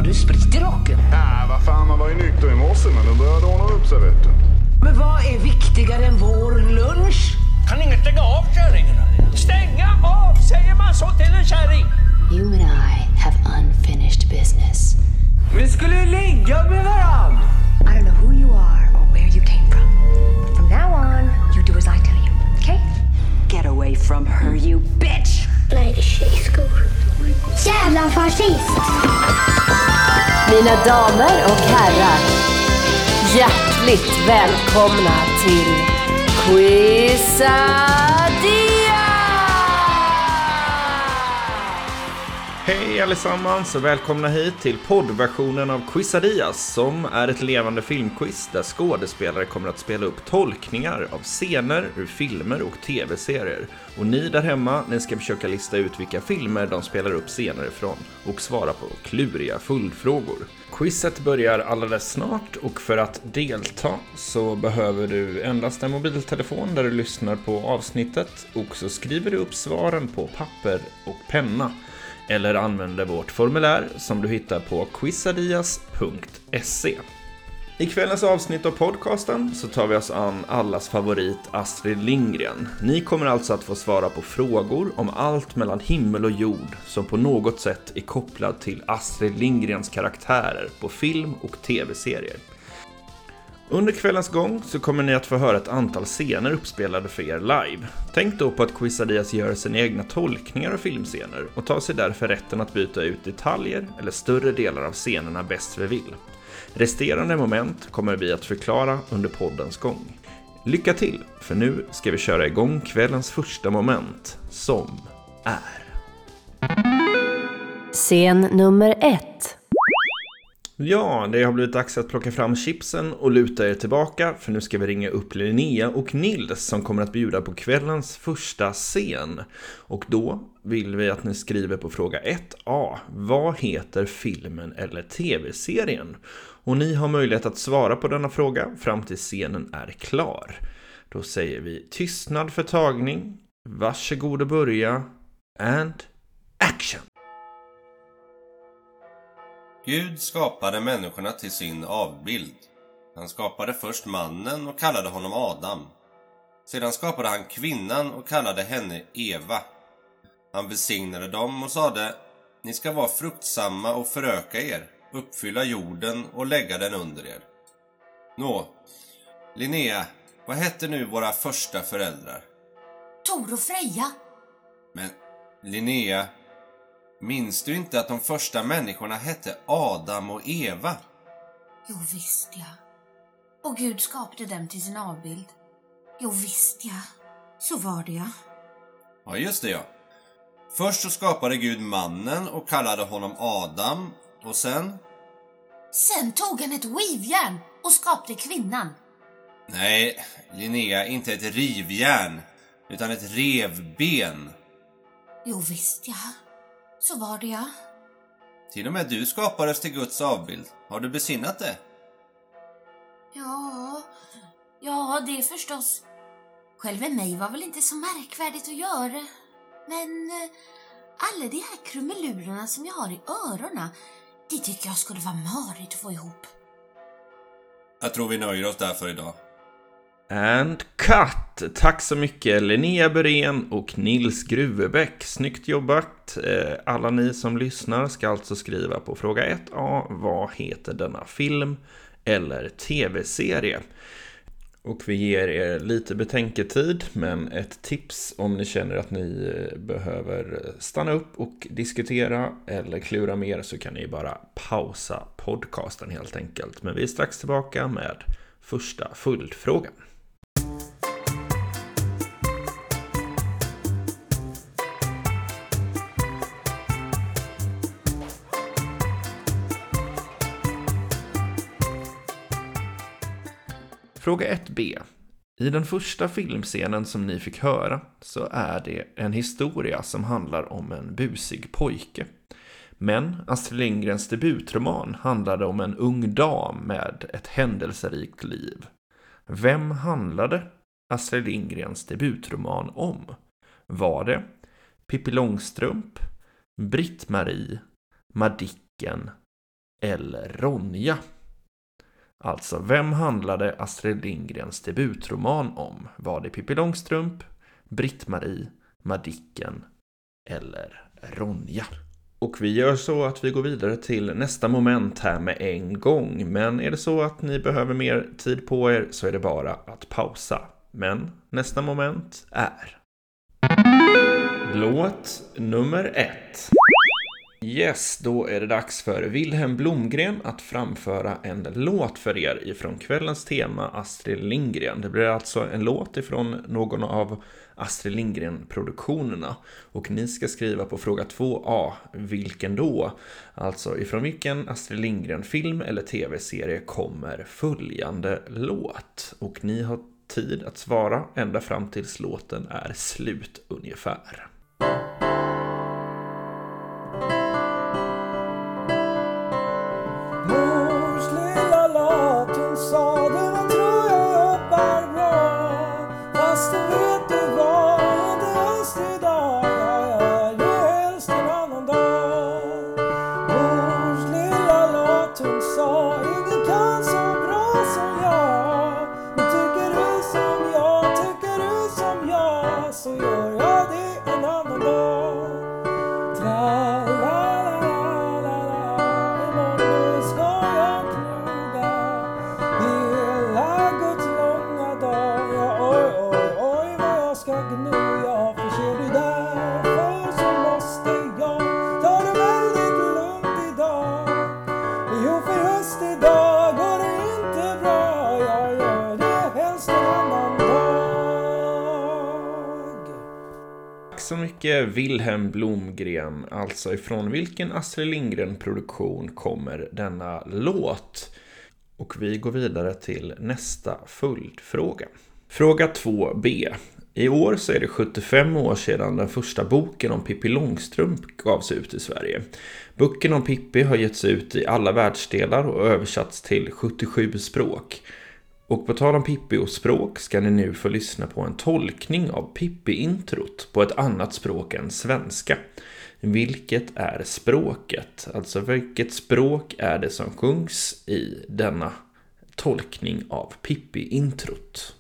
du sprit i rocken. Vad fan, man var ju nykter i morse, men då började ordna upp sig, vet du. Men vad är viktigare än vår lunch? Kan ingen stänga av kärringarna? Stänga av, säger man så till en kärring? You and I have unfinished business. Vi skulle ligga med varann. I don't know who you are or where you came from. But from now on, you do as I tell you, okay? Get away from her, you bitch! Nej, det är tjejskor. Jävla fascist! Mina damer och herrar, hjärtligt välkomna till Quizzadia! Hej allesammans och välkomna hit till poddversionen av Quizzadias, som är ett levande filmquiz där skådespelare kommer att spela upp tolkningar av scener ur filmer och tv-serier. Och ni där hemma, ni ska försöka lista ut vilka filmer de spelar upp scener ifrån och svara på kluriga följdfrågor. Quizet börjar alldeles snart, och för att delta så behöver du endast en mobiltelefon där du lyssnar på avsnittet, och så skriver du upp svaren på papper och penna. Eller använder vårt formulär som du hittar på quizadias.se. I kvällens avsnitt av podcasten så tar vi oss an allas favorit Astrid Lindgren. Ni kommer alltså att få svara på frågor om allt mellan himmel och jord som på något sätt är kopplad till Astrid Lindgrens karaktärer på film och tv-serier. Under kvällens gång så kommer ni att få höra ett antal scener uppspelade för er live. Tänk då på att Quizzadias gör sina egna tolkningar av filmscener och tar sig därför rätten att byta ut detaljer eller större delar av scenerna bäst vi vill. Resterande moment kommer vi att förklara under poddens gång. Lycka till, för nu ska vi köra igång kvällens första moment, som är... Scen nummer 1. Ja, det har blivit dags att plocka fram chipsen och luta er tillbaka, för nu ska vi ringa upp Linnea och Nils som kommer att bjuda på kvällens första scen. Och då vill vi att ni skriver på fråga 1a. Vad heter filmen eller tv-serien? Och ni har möjlighet att svara på denna fråga fram till scenen är klar. Då säger vi tystnad för tagning, varsågod och börja, and action! Gud skapade människorna till sin avbild. Han skapade först mannen och kallade honom Adam. Sedan skapade han kvinnan och kallade henne Eva. Han välsignade dem och sade: ni ska vara fruktsamma och föröka er, uppfylla jorden och lägga den under er. Nå, Linnea, vad hette nu våra första föräldrar? Tor och Freja. Men Linnea, minns du inte att de första människorna hette Adam och Eva? Jo visst ja. Och Gud skapade dem till sin avbild. Jo visst ja. Så var det ja. Ja just det ja. Först så skapade Gud mannen och kallade honom Adam. Och sen? Sen tog han ett rivjärn och skapade kvinnan. Nej, Linnea, inte ett rivjärn, utan ett revben. Jo visst ja. Så var det ja. Till och med du skapades till Guds avbild. Har du besinnat det? Ja, det förstås. Själv med mig var väl inte så märkvärdigt att göra. Men alla de här krumelurerna som jag har i öronen, det tycker jag skulle vara marigt att få ihop. Jag tror vi nöjer oss där för idag. And cut! Tack så mycket Linnea Berén och Nils Gruvebäck. Snyggt jobbat. Alla ni som lyssnar ska alltså skriva på fråga 1a. Vad heter denna film eller tv-serie? Och vi ger er lite betänketid, men ett tips om ni känner att ni behöver stanna upp och diskutera eller klura mer, så kan ni bara pausa podcasten helt enkelt. Men vi är strax tillbaka med första följdfrågan. Fråga 1b. I den första filmscenen som ni fick höra så är det en historia som handlar om en busig pojke. Men Astrid Lindgrens debutroman handlade om en ung dam med ett händelserikt liv. Vem handlade Astrid Lindgrens debutroman om? Var det Pippi Långstrump, Britt-Marie, Madicken eller Ronja? Alltså, vem handlade Astrid Lindgrens debutroman om? Var det Pippi Långstrump, Britt-Marie, Madicken eller Ronja? Och vi gör så att vi går vidare till nästa moment här med en gång. Men är det så att ni behöver mer tid på er så är det bara att pausa. Men nästa moment är låt nummer 1. Yes, då är det dags för Wilhelm Blomgren att framföra en låt för er ifrån kvällens tema Astrid Lindgren. Det blir alltså en låt ifrån någon av Astrid Lindgren-produktionerna. Och ni ska skriva på fråga 2a, vilken då? Alltså ifrån vilken Astrid Lindgren-film eller tv-serie kommer följande låt? Och ni har tid att svara ända fram tills låten är slut ungefär. Så mycket Wilhelm Blomgren, alltså ifrån vilken Astrid Lindgren-produktion kommer denna låt? Och vi går vidare till nästa följdfråga. Fråga 2b. I år så är det 75 år sedan den första boken om Pippi Långstrump gavs ut i Sverige. Boken om Pippi har getts ut i alla världsdelar och översatts till 77 språk. Och på tal om Pippi och språk ska ni nu få lyssna på en tolkning av Pippi-introt på ett annat språk än svenska. Vilket är språket? Alltså vilket språk är det som sjungs i denna tolkning av Pippi-introt?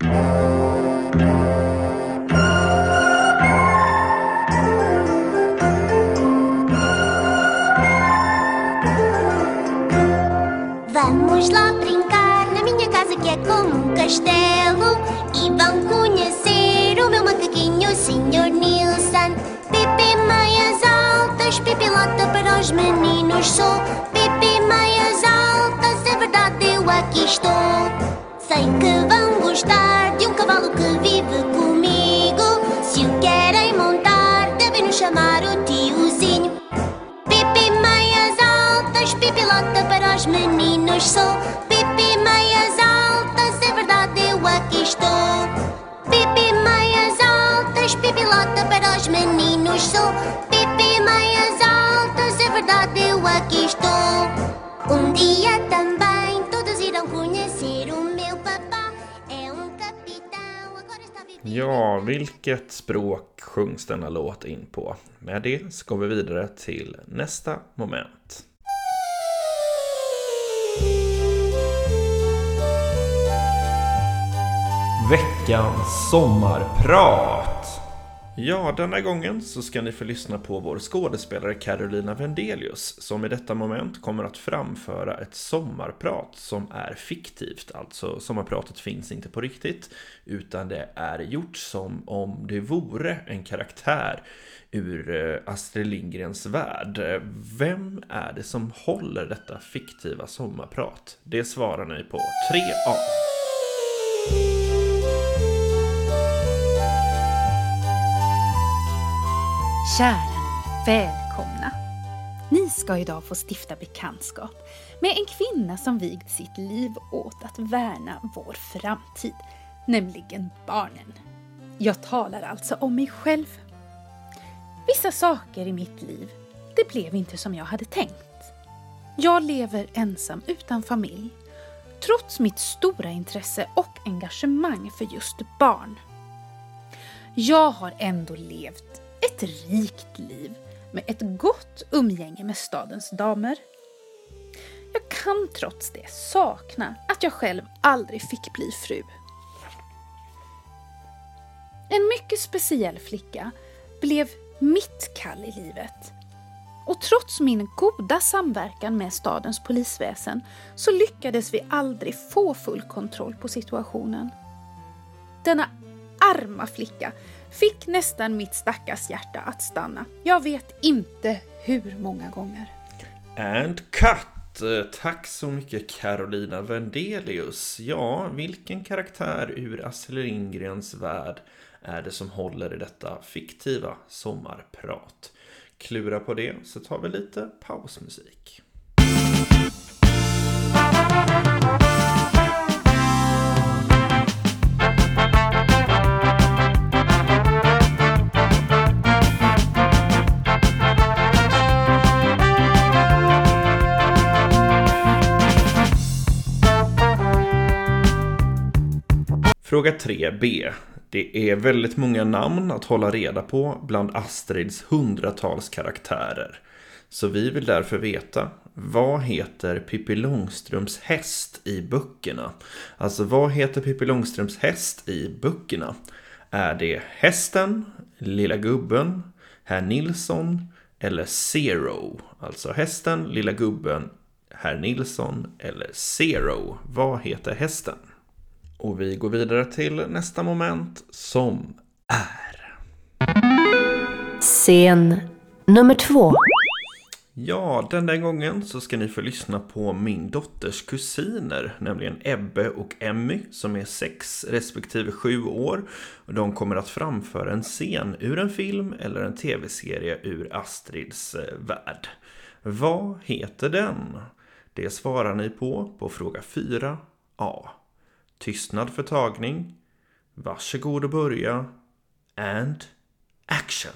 Vamos lá brincar na minha casa que é como castelo e vão conhecer o meu macaquinho, o Sr. Nilsson. Pipi meias altas, pipilota para os meninos sou. Pipi meias altas, é verdade eu aqui estou. Sei que vão gostar de cavalo que vive comigo. Se o querem montar, devem nos chamar o tiozinho. Pipi meias altas, pipilota para os meninos sou. Pipi meias altas, é verdade eu aqui estou. Pipi meias altas, pipilota para os meninos sou. Pipi meias altas, é verdade eu aqui estou. Dia também todos irão conhecer o meu papá. É capitão, agora está vivendo. Ja, vilket språk sjungs denna låt in på? Med det ska vi vidare till nästa moment. Veckans sommarprat. Ja, denna gången så ska ni få lyssna på vår skådespelare Carolina Vendelius som i detta moment kommer att framföra ett sommarprat som är fiktivt. Alltså sommarpratet finns inte på riktigt utan det är gjort som om det vore en karaktär ur Astrid Lindgrens värld. Vem är det som håller detta fiktiva sommarprat? Det svarar ni på 3A. Kära, välkomna. Ni ska idag få stifta bekantskap med en kvinna som vigt sitt liv åt att värna vår framtid, nämligen barnen. Jag talar alltså om mig själv. Vissa saker i mitt liv, det blev inte som jag hade tänkt. Jag lever ensam utan familj, trots mitt stora intresse och engagemang för just barn. Jag har ändå levt ett rikt liv med ett gott umgänge med stadens damer. Jag kan trots det sakna att jag själv aldrig fick bli fru. En mycket speciell flicka blev mitt kall i livet. Och trots min goda samverkan med stadens polisväsen så lyckades vi aldrig få full kontroll på situationen. Denna arma flicka fick nästan mitt stackars hjärta att stanna. Jag vet inte hur många gånger. And cut! Tack så mycket Carolina Wendelius. Ja, vilken karaktär ur Astrid Lindgrens värld är det som håller i detta fiktiva sommarprat? Klura på det så tar vi lite pausmusik. Fråga 3b. Det är väldigt många namn att hålla reda på bland Astrids hundratals karaktärer. Så vi vill därför veta, vad heter Pippi Långstrumps häst i böckerna? Alltså vad heter Pippi Långstrumps häst i böckerna? Är det hästen, lilla gubben, herr Nilsson eller Zero? Alltså hästen, lilla gubben, herr Nilsson eller Zero. Vad heter hästen? Och vi går vidare till nästa moment som är Scen nummer 2. Ja, den där gången så ska ni få lyssna på min dotters kusiner, nämligen Ebbe och Emmy, som är 6 respektive 7 år. Och de kommer att framföra en scen ur en film eller en tv-serie ur Astrids värld. Vad heter den? Det svarar ni på fråga 4a. Tystnad för tagning. Varsågod att börja. And action.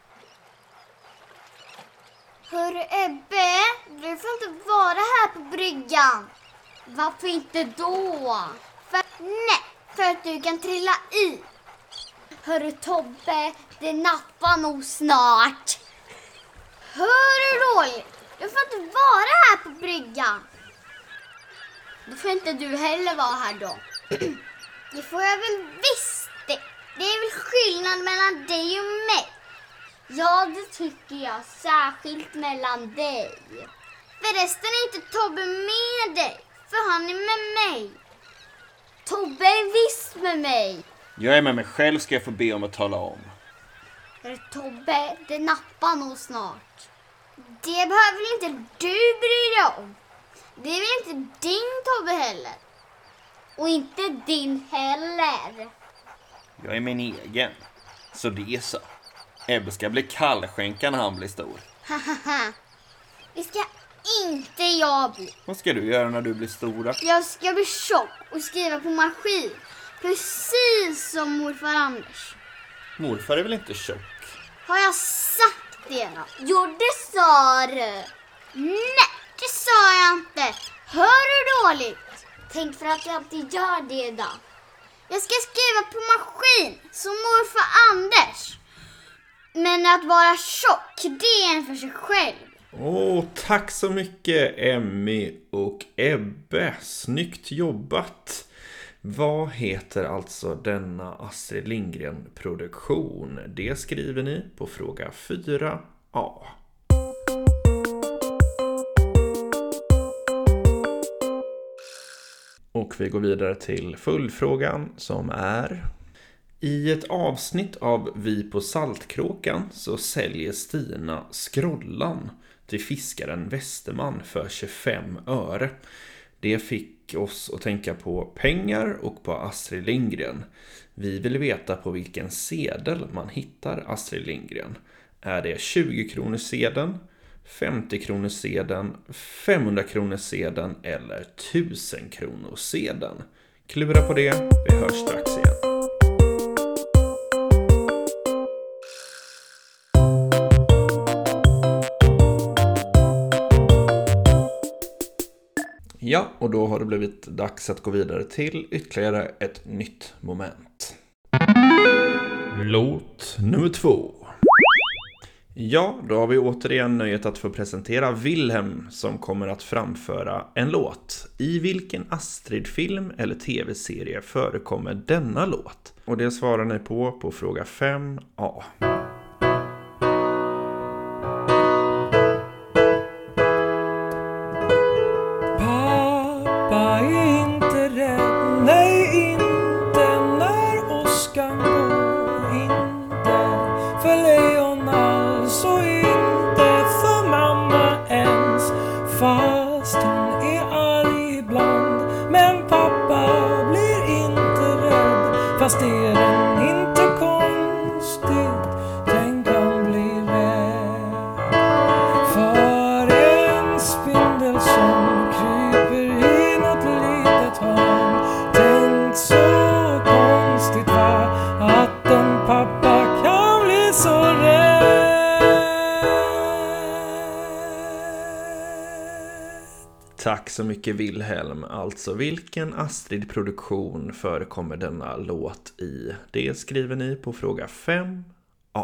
Hörru Ebbe, du får inte vara här på bryggan. Varför inte då? För att du kan trilla i. Hörru Tobbe, det nappar nog snart. Hörru Roy, du får inte vara här på bryggan. Då får inte du heller vara här då. Det får jag väl visst det. Det är väl skillnad mellan dig och mig. Ja, det tycker jag. Särskilt mellan dig. Förresten är inte Tobbe med dig. För han är med mig. Tobbe är visst med mig. Jag är med mig själv, ska jag få be om att tala om. Tobbe, det nappar nog snart. Det behöver väl inte du bry dig om. Det är väl inte din Tobbe heller. Och inte din heller. Jag är min egen. Så det är så. Ebbe ska bli kallskänka när han blir stor. Hahaha. Det ska inte jag bli. Vad ska du göra när du blir stor? Jag ska bli tjock och skriva på maskin. Precis som morfar Anders. Morfar är väl inte tjock? Har jag sagt det då? Jo, det sa du. Nej, det sa jag inte. Hör du dåligt? Tänk för att jag alltid gör det då. Jag ska skriva på maskin som morfar Anders. Men att vara tjock, det är en för sig själv. Tack så mycket Emmy och Ebbe. Snyggt jobbat. Vad heter alltså denna Astrid Lindgren-produktion? Det skriver ni på fråga 4a. Och vi går vidare till följdfrågan som är: i ett avsnitt av Vi på Saltkråkan så säljer Stina Skrollan till fiskaren Westerman för 25 öre. Det fick oss att tänka på pengar och på Astrid Lindgren. Vi vill veta på vilken sedel man hittar Astrid Lindgren. Är det 20-kronorssedeln, 50-kronorssedeln, 500-kronorssedeln eller 1000-kronorssedeln? Klura på det, vi hörs strax igen. Ja, och då har det blivit dags att gå vidare till ytterligare ett nytt moment. Låt nummer 2. Ja, då har vi återigen nöjet att få presentera Wilhelm som kommer att framföra en låt. I vilken Astrid-film eller tv-serie förekommer denna låt? Och det svarar ni på fråga 5a. Pappa är inte rädd, nej inte när Oskar går, inte för lejon alls och inte för mamma ens, fast hon är arg ibland. Men pappa blir inte rädd, fast är den inte konstigt, tänk han blir rädd för en spindel som kryper i något litet hörn. Tänk så konstigt va, att en pappa kan bli så rädd. Tack så mycket Wilhelm. Alltså, vilken Astrid-produktion förekommer denna låt i? Det skriver ni på fråga 5a.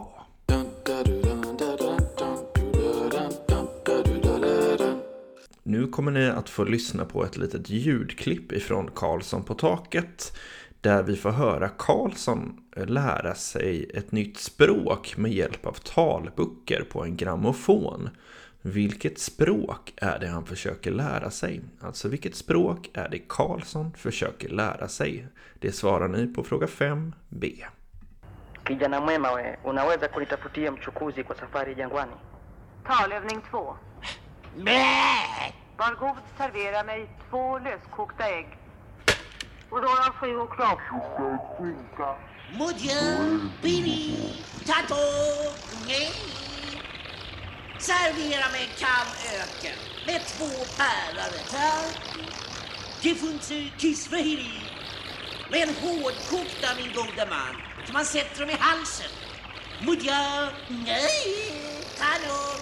Nu kommer ni att få lyssna på ett litet ljudklipp ifrån Karlsson på taket, där vi får höra Karlsson lära sig ett nytt språk med hjälp av talböcker på en grammofon. Vilket språk är det han försöker lära sig? Alltså, vilket språk är det Karlsson försöker lära sig? Det svarar ni på fråga 5b. Kijana mwema we, unaweza kunitafutia mchukuzi kwa safari jangwani? Talövning 2. Var god, servera mig 2 löskokta ägg. Och då har 7 och klart. Modjö, bini, tato, nej. Servera mig kamöken med 2 pärlare, tack. Kifunzi kisvahiri. Med en hårdkokta, min gode man, så man sätter dem i halsen. Modjö, nej, tato,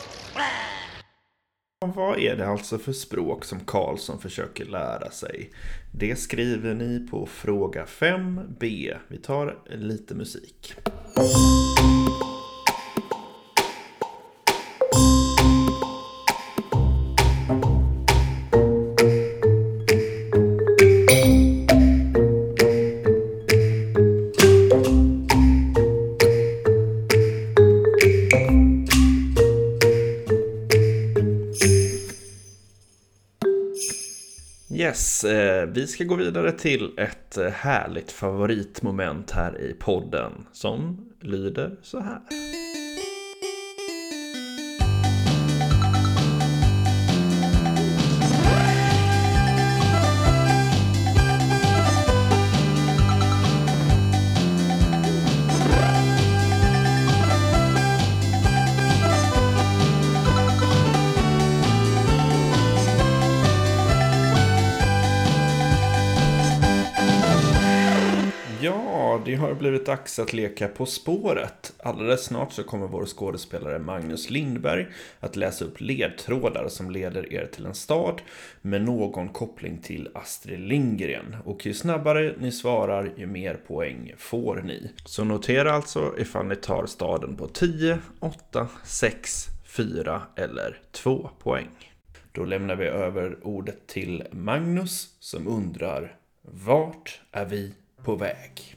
Vad är det alltså för språk som Karlsson försöker lära sig? Det skriver ni på fråga 5b. Vi tar lite musik. Yes, vi ska gå vidare till ett härligt favoritmoment här i podden som lyder så här. Ja, det har blivit dags att leka På spåret. Alldeles snart så kommer vår skådespelare Magnus Lindberg att läsa upp ledtrådar som leder er till en stad med någon koppling till Astrid Lindgren. Och ju snabbare ni svarar, ju mer poäng får ni. Så notera alltså ifall ni tar staden på 10, 8, 6, 4 eller 2 poäng. Då lämnar vi över ordet till Magnus som undrar: vart är vi på väg?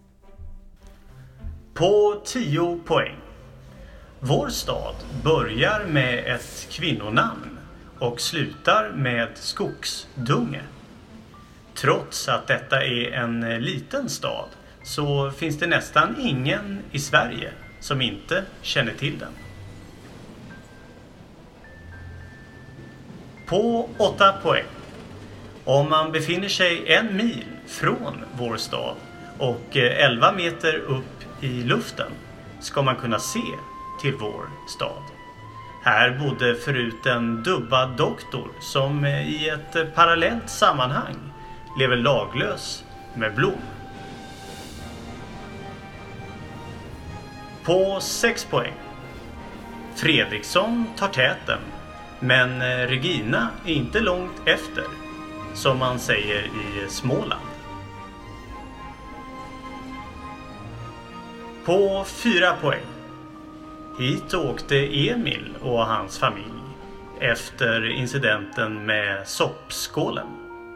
På 10 poäng. Vår stad börjar med ett kvinnonamn och slutar med Skogsdunge. Trots att detta är en liten stad så finns det nästan ingen i Sverige som inte känner till den. På 8 poäng. Om man befinner sig 1 mil från vår stad och 11 meter upp i luften ska man kunna se till vår stad. Här bodde förut en dubbad doktor som i ett parallellt sammanhang lever laglös med Blom. På 6 poäng. Fredriksson tar täten, men Regina är inte långt efter, som man säger i Småland. På 4 poäng. Hit åkte Emil och hans familj efter incidenten med soppskålen.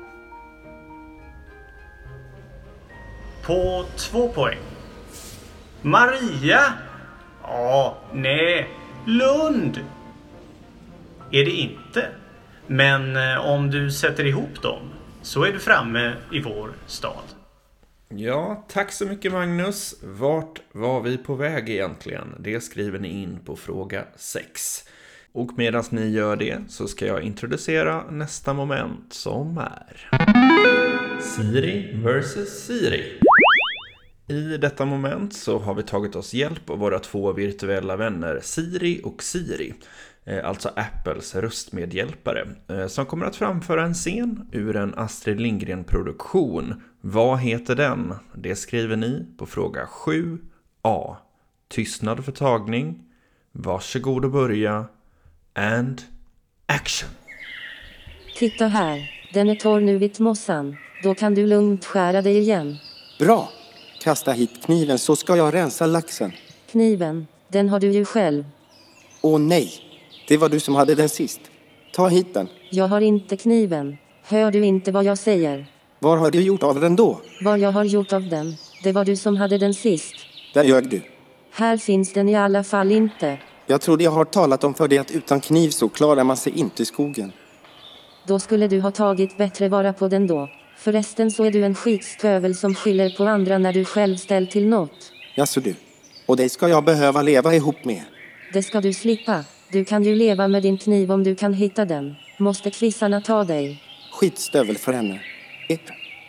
På 2 poäng. Maria? Ja, nej. Lund? Är det inte. Men om du sätter ihop dem så är du framme i vår stad. Ja, tack så mycket Magnus. Vart var vi på väg egentligen? Det skriver ni in på fråga 6. Och medan ni gör det så ska jag introducera nästa moment som är Siri vs Siri. I detta moment så har vi tagit oss hjälp av våra 2 virtuella vänner Siri och Siri. Alltså Apples röstmedhjälpare, som kommer att framföra en scen ur en Astrid Lindgren-produktion. Vad heter den? Det skriver ni på fråga 7a. Tystnad för tagning. Varsågod att börja. And action. Titta här, den är torr nu vid mossan. Då kan du lugnt skära dig igen. Bra! Kasta hit kniven så ska jag rensa laxen. Kniven, den har du ju själv. Åh nej, det var du som hade den sist. Ta hit den. Jag har inte kniven. Hör du inte vad jag säger? Vad har du gjort av den då? Vad jag har gjort av den, det var du som hade den sist. Där ljög du. Här finns den i alla fall inte. Jag trodde jag har talat om för dig att utan kniv så klarar man sig inte i skogen. Då skulle du ha tagit bättre vara på den då. Förresten så är du en skitstövel som skyller på andra när du själv ställt till något. Jaså du. Och dig ska jag behöva leva ihop med. Det ska du slippa. Du kan ju leva med din kniv om du kan hitta den. Måste kvissarna ta dig. Skitstövel för henne. Oj,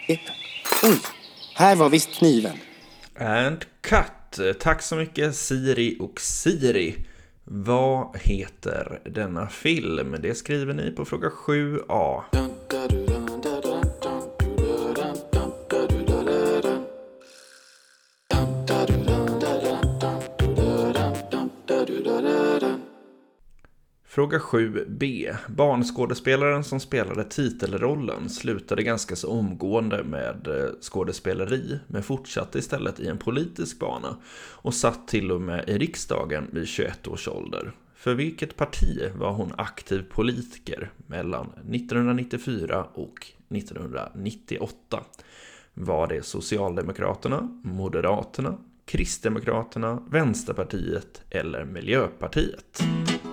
här var visst kniven. And cut. Tack så mycket Siri och Siri. Vad heter denna film? Det skriver ni på fråga 7a. Fråga 7b. Barnskådespelaren som spelade titelrollen slutade ganska så omgående med skådespeleri, men fortsatte istället i en politisk bana och satt till och med i riksdagen vid 21 års ålder. För vilket parti var hon aktiv politiker mellan 1994 och 1998? Var det Socialdemokraterna, Moderaterna, Kristdemokraterna, Vänsterpartiet eller Miljöpartiet?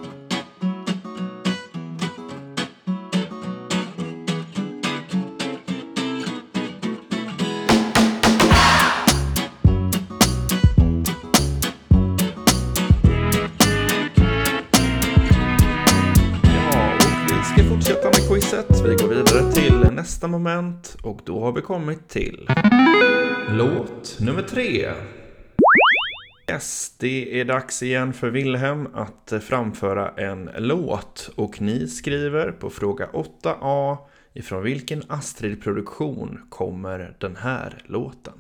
Vi går vidare till nästa moment och då har vi kommit till låt nummer 3. Yes, det är dags igen för Wilhelm att framföra en låt och ni skriver på fråga 8a ifrån vilken Astrid-produktion kommer den här låten?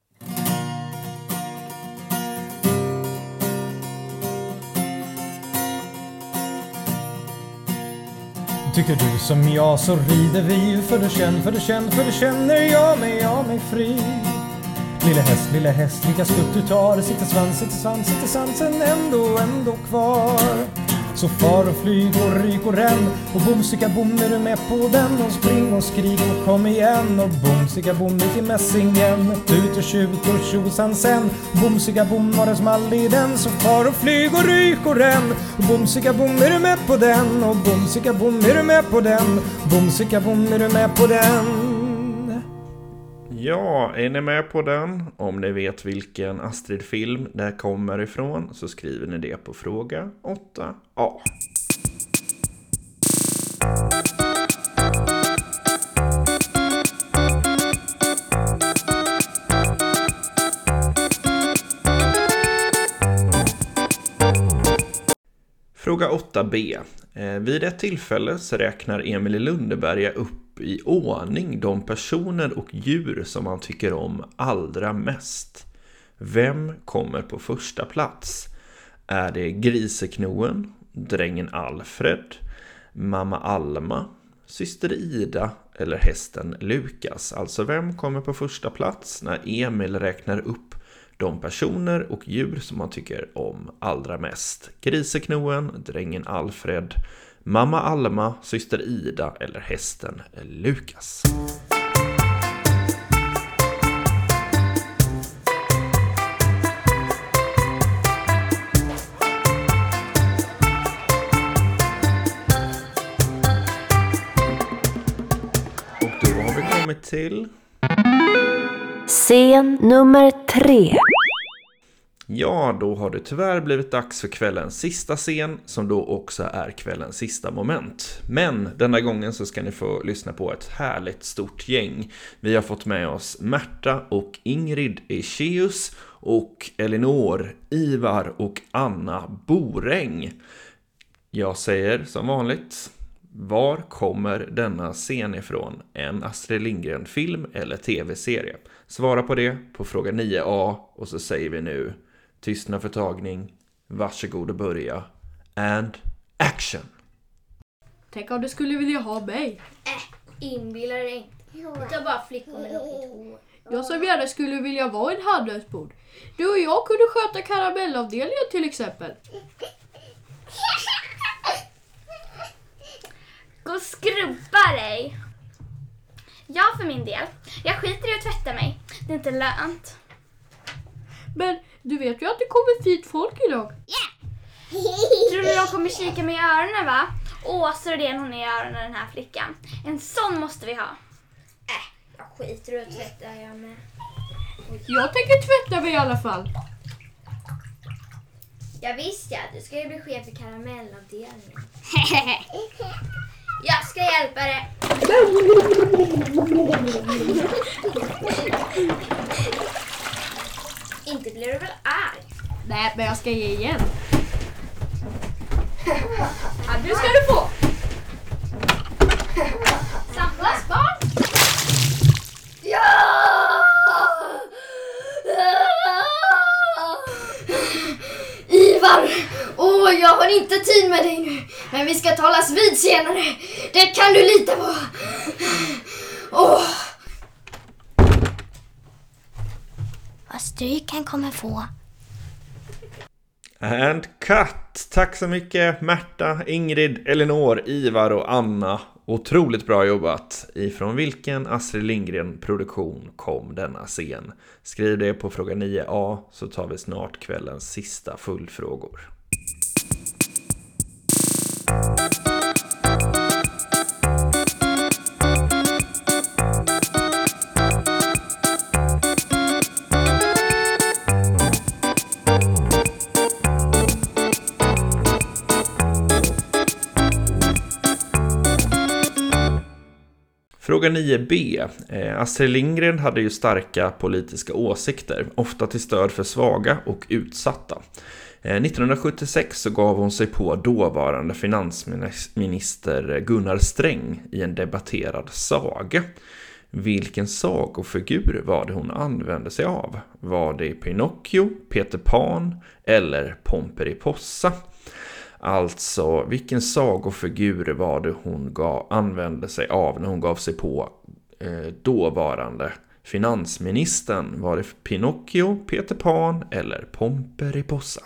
Tycker du som jag så rider vi, för du känner jag mig fri. Lilla häst, vilka skutt du tar, sitter svansen ändå kvar. Så far och flyg och ryk och ränn, och bomsika bom är du med på den. Och spring och skrik och kom igen, och bomsika bom ut i mässingen. Ut och tjut och tjosan sen, bomsika bom var det som aldrig den. Så far och flyg och ryk och ränn, och bomsika bom är du med på den. Och bomsika bom är du med på den, bomsika bom är du med på den. Ja, är ni med på den? Om ni vet vilken Astrid-film det kommer ifrån så skriver ni det på fråga 8a. Fråga 8b. Vid ett tillfälle så räknar Emil i Lönneberga upp i ordning de personer och djur som han tycker om allra mest. Vem kommer på första plats? Är det griseknoen, drängen Alfred, mamma Alma, syster Ida eller hästen Lukas? Alltså vem kommer på första plats när Emil räknar upp de personer och djur som man tycker om allra mest. Griseknoen, drängen Alfred, mamma Alma, syster Ida eller hästen Lukas. Och då har vi kommit till Scen nummer 3. Ja, då har det tyvärr blivit dags för kvällens sista scen, som då också är kvällens sista moment. Men denna gången så ska ni få lyssna på ett härligt stort gäng. Vi har fått med oss Märta och Ingrid Echeus och Elinor, Ivar och Anna Boräng. Jag säger som vanligt, var kommer denna scen ifrån? En Astrid Lindgren-film eller tv-serie? Svara på det på fråga 9a och så säger vi nu tystnad för tagning, varsågod och börja, and action! Tänk om du skulle vilja ha mig. Inbillar dig inte. Det är bara flickor med långt hår. Jag som gärna skulle vilja vara en handelsbord. Du och jag kunde sköta karamellavdelningen till exempel. Gå och skrubba dig. Jag för min del. Jag skiter i att tvätta mig. Det är inte lönt. Men du vet ju att det kommer fint folk idag. Tror du de kommer kika mig i öronen, va? Åh, så är det hon är i öronen, den här flickan. En sån måste vi ha. Jag skiter i att tvätta jag med. Jag tänker tvätta mig i alla fall. Jag visste att du ska ju bli chef i karamellavdelningen. Jag ska hjälpa dig. Inte blir du väl arg? Nej, men jag ska ge igen. Ja, nu ska du få. Samlas barn. Ja! Ivar! Jag har inte tid med dig nu. Men vi ska talas vid senare. Det kan du lita på. Vad stryken kommer få. And cut! Tack så mycket Märta, Ingrid, Elinor, Ivar och Anna. Otroligt bra jobbat. Ifrån vilken Astrid Lindgren-produktion kom denna scen? Skriv det på fråga 9a så tar vi snart kvällens sista fullfrågor. Fråga 9b. Astrid Lindgren hade ju starka politiska åsikter, ofta till stöd för svaga och utsatta. 1976 så gav hon sig på dåvarande finansminister Gunnar Sträng i en debatterad saga. Vilken sagofigur var det hon använde sig av? Var det Pinocchio, Peter Pan eller Pomperipossa? Alltså, vilken sagofigur var det hon använde sig av när hon gav sig på dåvarande finansministern? Var det Pinocchio, Peter Pan eller Pomperipossa?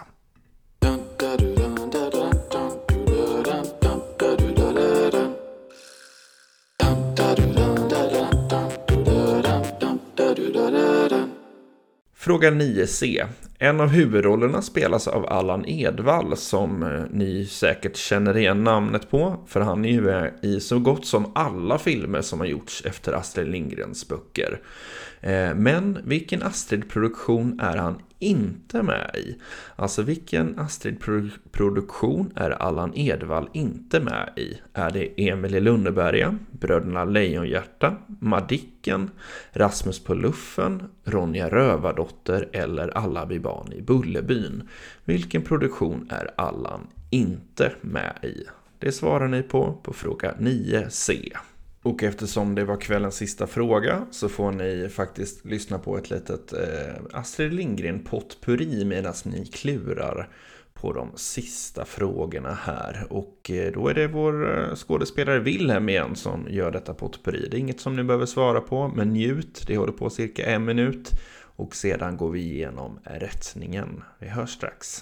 Fråga 9c. En av huvudrollerna spelas av Allan Edwall som ni säkert känner igen namnet på. För han är ju i så gott som alla filmer som har gjorts efter Astrid Lindgrens böcker. Men vilken Astrid-produktion är han inte med i? Alltså vilken Astrid-produktion är Allan Edwall inte med i? Är det Emil i Lönneberga, Bröderna Lejonhjärta, Madicken, Rasmus på luffen, Ronja Rövardotter eller Alla vi barn i Bullerbyn? Vilken produktion är Allan inte med i? Det svarar ni på fråga 9c. Och eftersom det var kvällens sista fråga så får ni faktiskt lyssna på ett litet Astrid Lindgren potpurri medan ni klurar på de sista frågorna här. Och då är det vår skådespelare Wilhelm igen som gör detta potpurri. Det är inget som ni behöver svara på, men njut. Det håller på cirka 1 minut. och sedan går vi igenom rättningen. Vi hörs strax.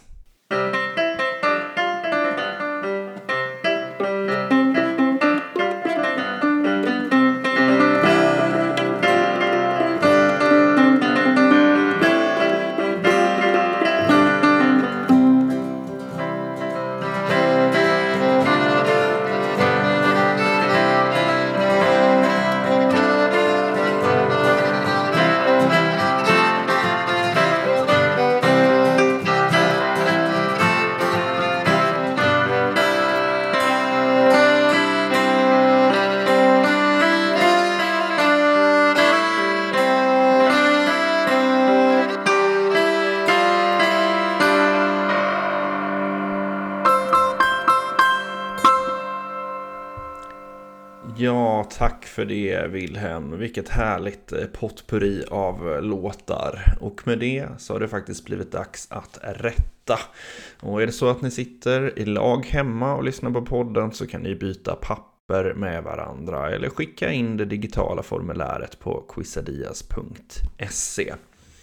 Ja, tack för det Wilhelm. Vilket härligt potpurri av låtar. Och med det så har det faktiskt blivit dags att rätta. Och är det så att ni sitter i lag hemma och lyssnar på podden så kan ni byta papper med varandra eller skicka in det digitala formuläret på quizadias.se.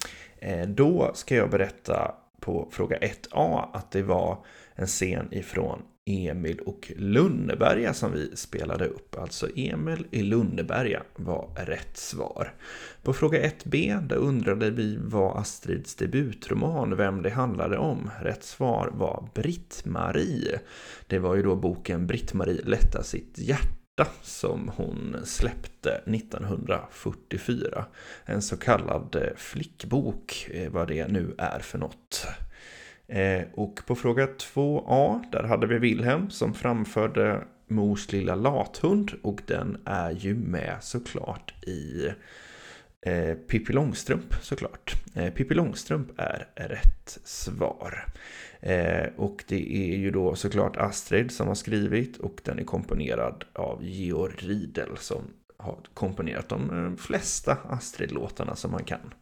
Då ska jag berätta på fråga 1A att det var en scen ifrån Emil och Lönneberga som vi spelade upp. Alltså Emil i Lönneberga var rätt svar. På fråga 1B där undrade vi vad Astrids debutroman, vem det handlade om. Rätt svar var Britt-Marie. Det var ju då boken Britt-Marie lättar sitt hjärta som hon släppte 1944. En så kallad flickbok, vad det nu är för något. Och på fråga 2A där hade vi Wilhelm som framförde Mors lilla lathund, och den är ju med såklart i Pippi Långstrump såklart. Pippi Långstrump är rätt svar. Och det är ju då såklart Astrid som har skrivit, och den är komponerad av Georg Riedel som har komponerat de flesta Astrid-låtarna som man kan.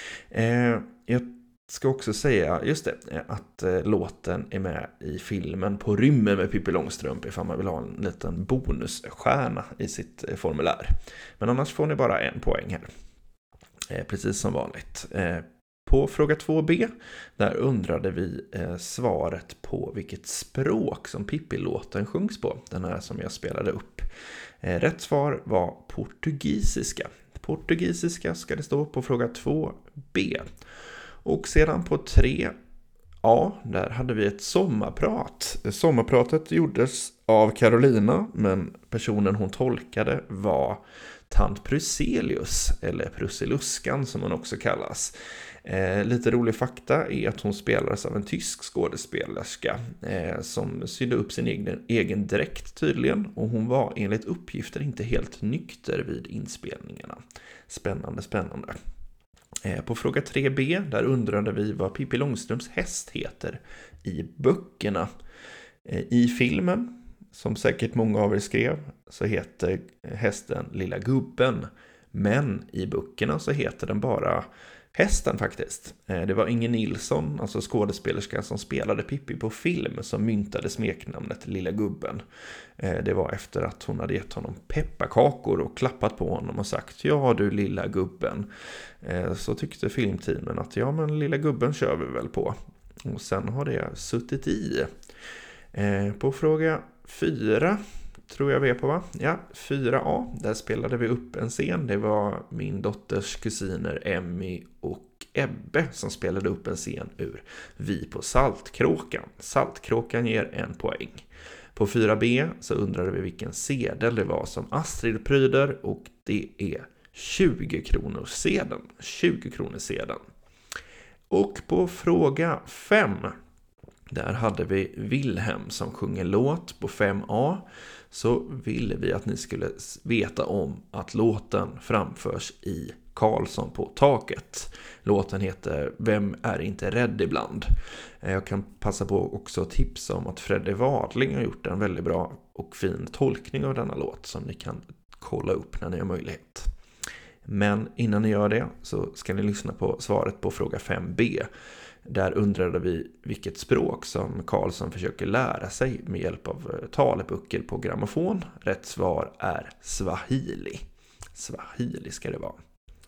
Jag ska också säga just det, att låten är med i filmen På rymmen med Pippi Långstrump ifall man vill ha en liten bonusstjärna i sitt formulär. Men annars får ni bara en poäng här. Precis som vanligt. På fråga 2B där undrade vi svaret på vilket språk som Pippi-låten sjungs på. Den här som jag spelade upp. Rätt svar var portugisiska. Portugisiska ska det stå på fråga 2B. Och sedan på 3A, där hade vi ett sommarprat. Sommarpratet gjordes av Carolina, men personen hon tolkade var tant Pruselius, eller Prussiluskan som hon också kallas. Lite rolig fakta är att hon spelades av en tysk skådespelerska som sydde upp sin egen dräkt tydligen, och hon var enligt uppgifter inte helt nykter vid inspelningarna. Spännande. På fråga 3B där undrade vi vad Pippi Långstrumps häst heter i böckerna. I filmen, som säkert många av er skrev, så heter hästen Lilla Gubben. Men i böckerna så heter den bara hästen faktiskt. Det var Inge Nilsson, alltså skådespelerskan som spelade Pippi på film, som myntade smeknamnet Lilla Gubben. Det var efter att hon hade gett honom pepparkakor och klappat på honom och sagt ja du lilla gubben. Så tyckte filmteamen att ja men Lilla Gubben kör vi väl på. Och sen har det suttit i. På fråga 4 tror jag vi är på, va? Ja, 4A. Där spelade vi upp en scen. Det var min dotters kusiner Emmy och Ebbe som spelade upp en scen ur Vi på Saltkråkan. Saltkråkan ger en poäng. På 4B så undrade vi vilken sedel det var som Astrid pryder, och det är 20 kronor sedeln. 20 kronor sedeln. Och på fråga 5 där hade vi Wilhelm som sjunger låt. På 5A så ville vi att ni skulle veta om att låten framförs i Karlsson på taket. Låten heter Vem är inte rädd ibland. Jag kan passa på också att tipsa om att Freddy Wadling har gjort en väldigt bra och fin tolkning av denna låt som ni kan kolla upp när ni har möjlighet. Men innan ni gör det så ska ni lyssna på svaret på fråga 5B. Där undrade vi vilket språk som Karlsson försöker lära sig med hjälp av taleböcker på grammofon. Rätt svar är swahili. Swahili ska det vara.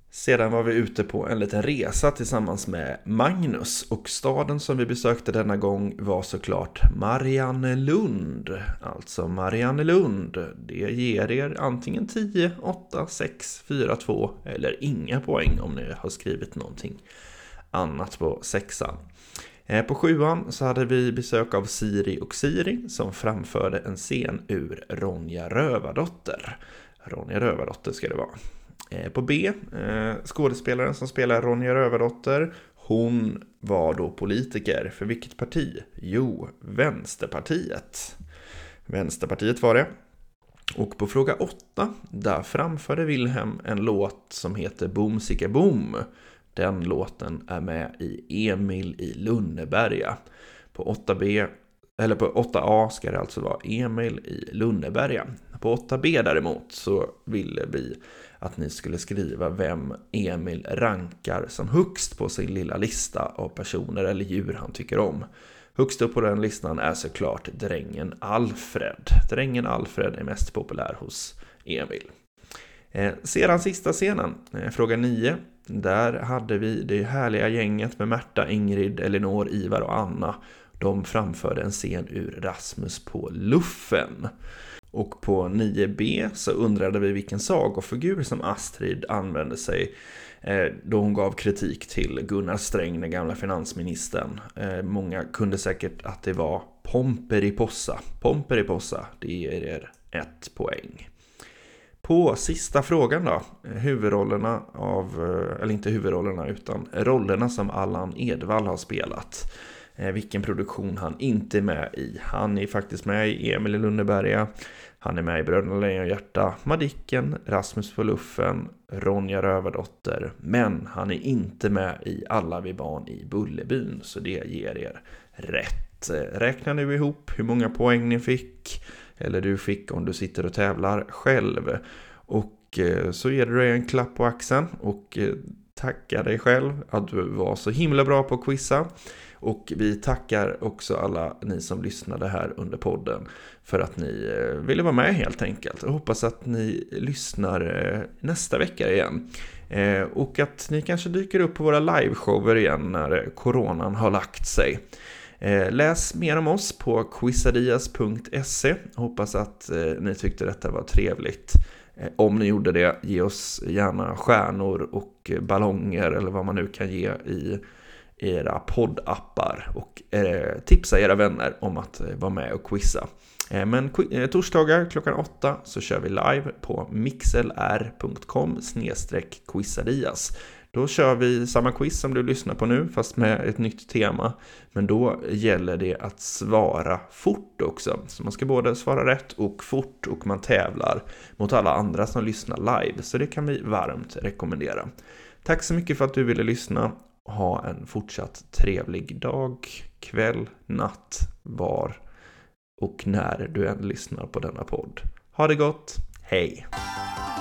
Sedan var vi ute på en liten resa tillsammans med Magnus och staden som vi besökte denna gång var såklart Mariannelund. Alltså Mariannelund, det ger er antingen 10, 8, 6, 4, 2 eller inga poäng om ni har skrivit någonting annat på 6:an. På 7:an så hade vi besök av Siri och Siri som framförde en scen ur Ronja Rövardotter. Ronja Rövardotter ska det vara. På B, skådespelaren som spelar Ronja Rövardotter, hon var då politiker. För vilket parti? Jo, Vänsterpartiet. Vänsterpartiet var det. Och på fråga 8, där framförde Wilhelm en låt som heter Boom Sicka Boom. Den låten är med i Emil i Lönneberga. På 8B, eller på 8A ska det alltså vara Emil i Lönneberga. På 8B däremot så ville vi att ni skulle skriva vem Emil rankar som högst på sin lilla lista av personer eller djur han tycker om. Högst upp på den listan är såklart drängen Alfred. Drängen Alfred är mest populär hos Emil. Sedan sista scenen, fråga 9. Där hade vi det härliga gänget med Märta, Ingrid, Elinor, Ivar och Anna. De framförde en scen ur Rasmus på luffen. Och på 9B så undrade vi vilken sagofigur som Astrid använde sig då hon gav kritik till Gunnar Sträng, den gamla finansministern. Många kunde säkert att det var Pomperipossa. Pomperipossa, det ger er 1 poäng. På sista frågan då, huvudrollerna eller inte huvudrollerna utan rollerna som Allan Edwall har spelat. Vilken produktion han inte är med i. Han är faktiskt med i Emil i Lönneberga. Han är med i Bröderna Lejonhjärta, Madicken, Rasmus på luffen, Ronja Rövardotter. Men han är inte med i Alla vi barn i Bullerbyn. Så det ger er rätt. Räknar nu ihop hur många poäng ni fick. Eller du fick om du sitter och tävlar själv. Och så ger du dig en klapp på axeln. Och tackar dig själv att du var så himla bra på att quizza. Och vi tackar också alla ni som lyssnade här under podden för att ni ville vara med helt enkelt. Och hoppas att ni lyssnar nästa vecka igen. Och att ni kanske dyker upp på våra liveshower igen när coronan har lagt sig. Läs mer om oss på quizadias.se. Hoppas att ni tyckte detta var trevligt. Om ni gjorde det, ge oss gärna stjärnor och ballonger eller vad man nu kan ge i era poddappar och tipsa era vänner om att vara med och quizza. Men torsdagar klockan 8 så kör vi live på mixlr.com/quizadias. Då kör vi samma quiz som du lyssnar på nu fast med ett nytt tema. Men då gäller det att svara fort också. Så man ska både svara rätt och fort och man tävlar mot alla andra som lyssnar live. Så det kan vi varmt rekommendera. Tack så mycket för att du ville lyssna. Ha en fortsatt trevlig dag, kväll, natt, var och när du än lyssnar på denna podd. Ha det gott, hej!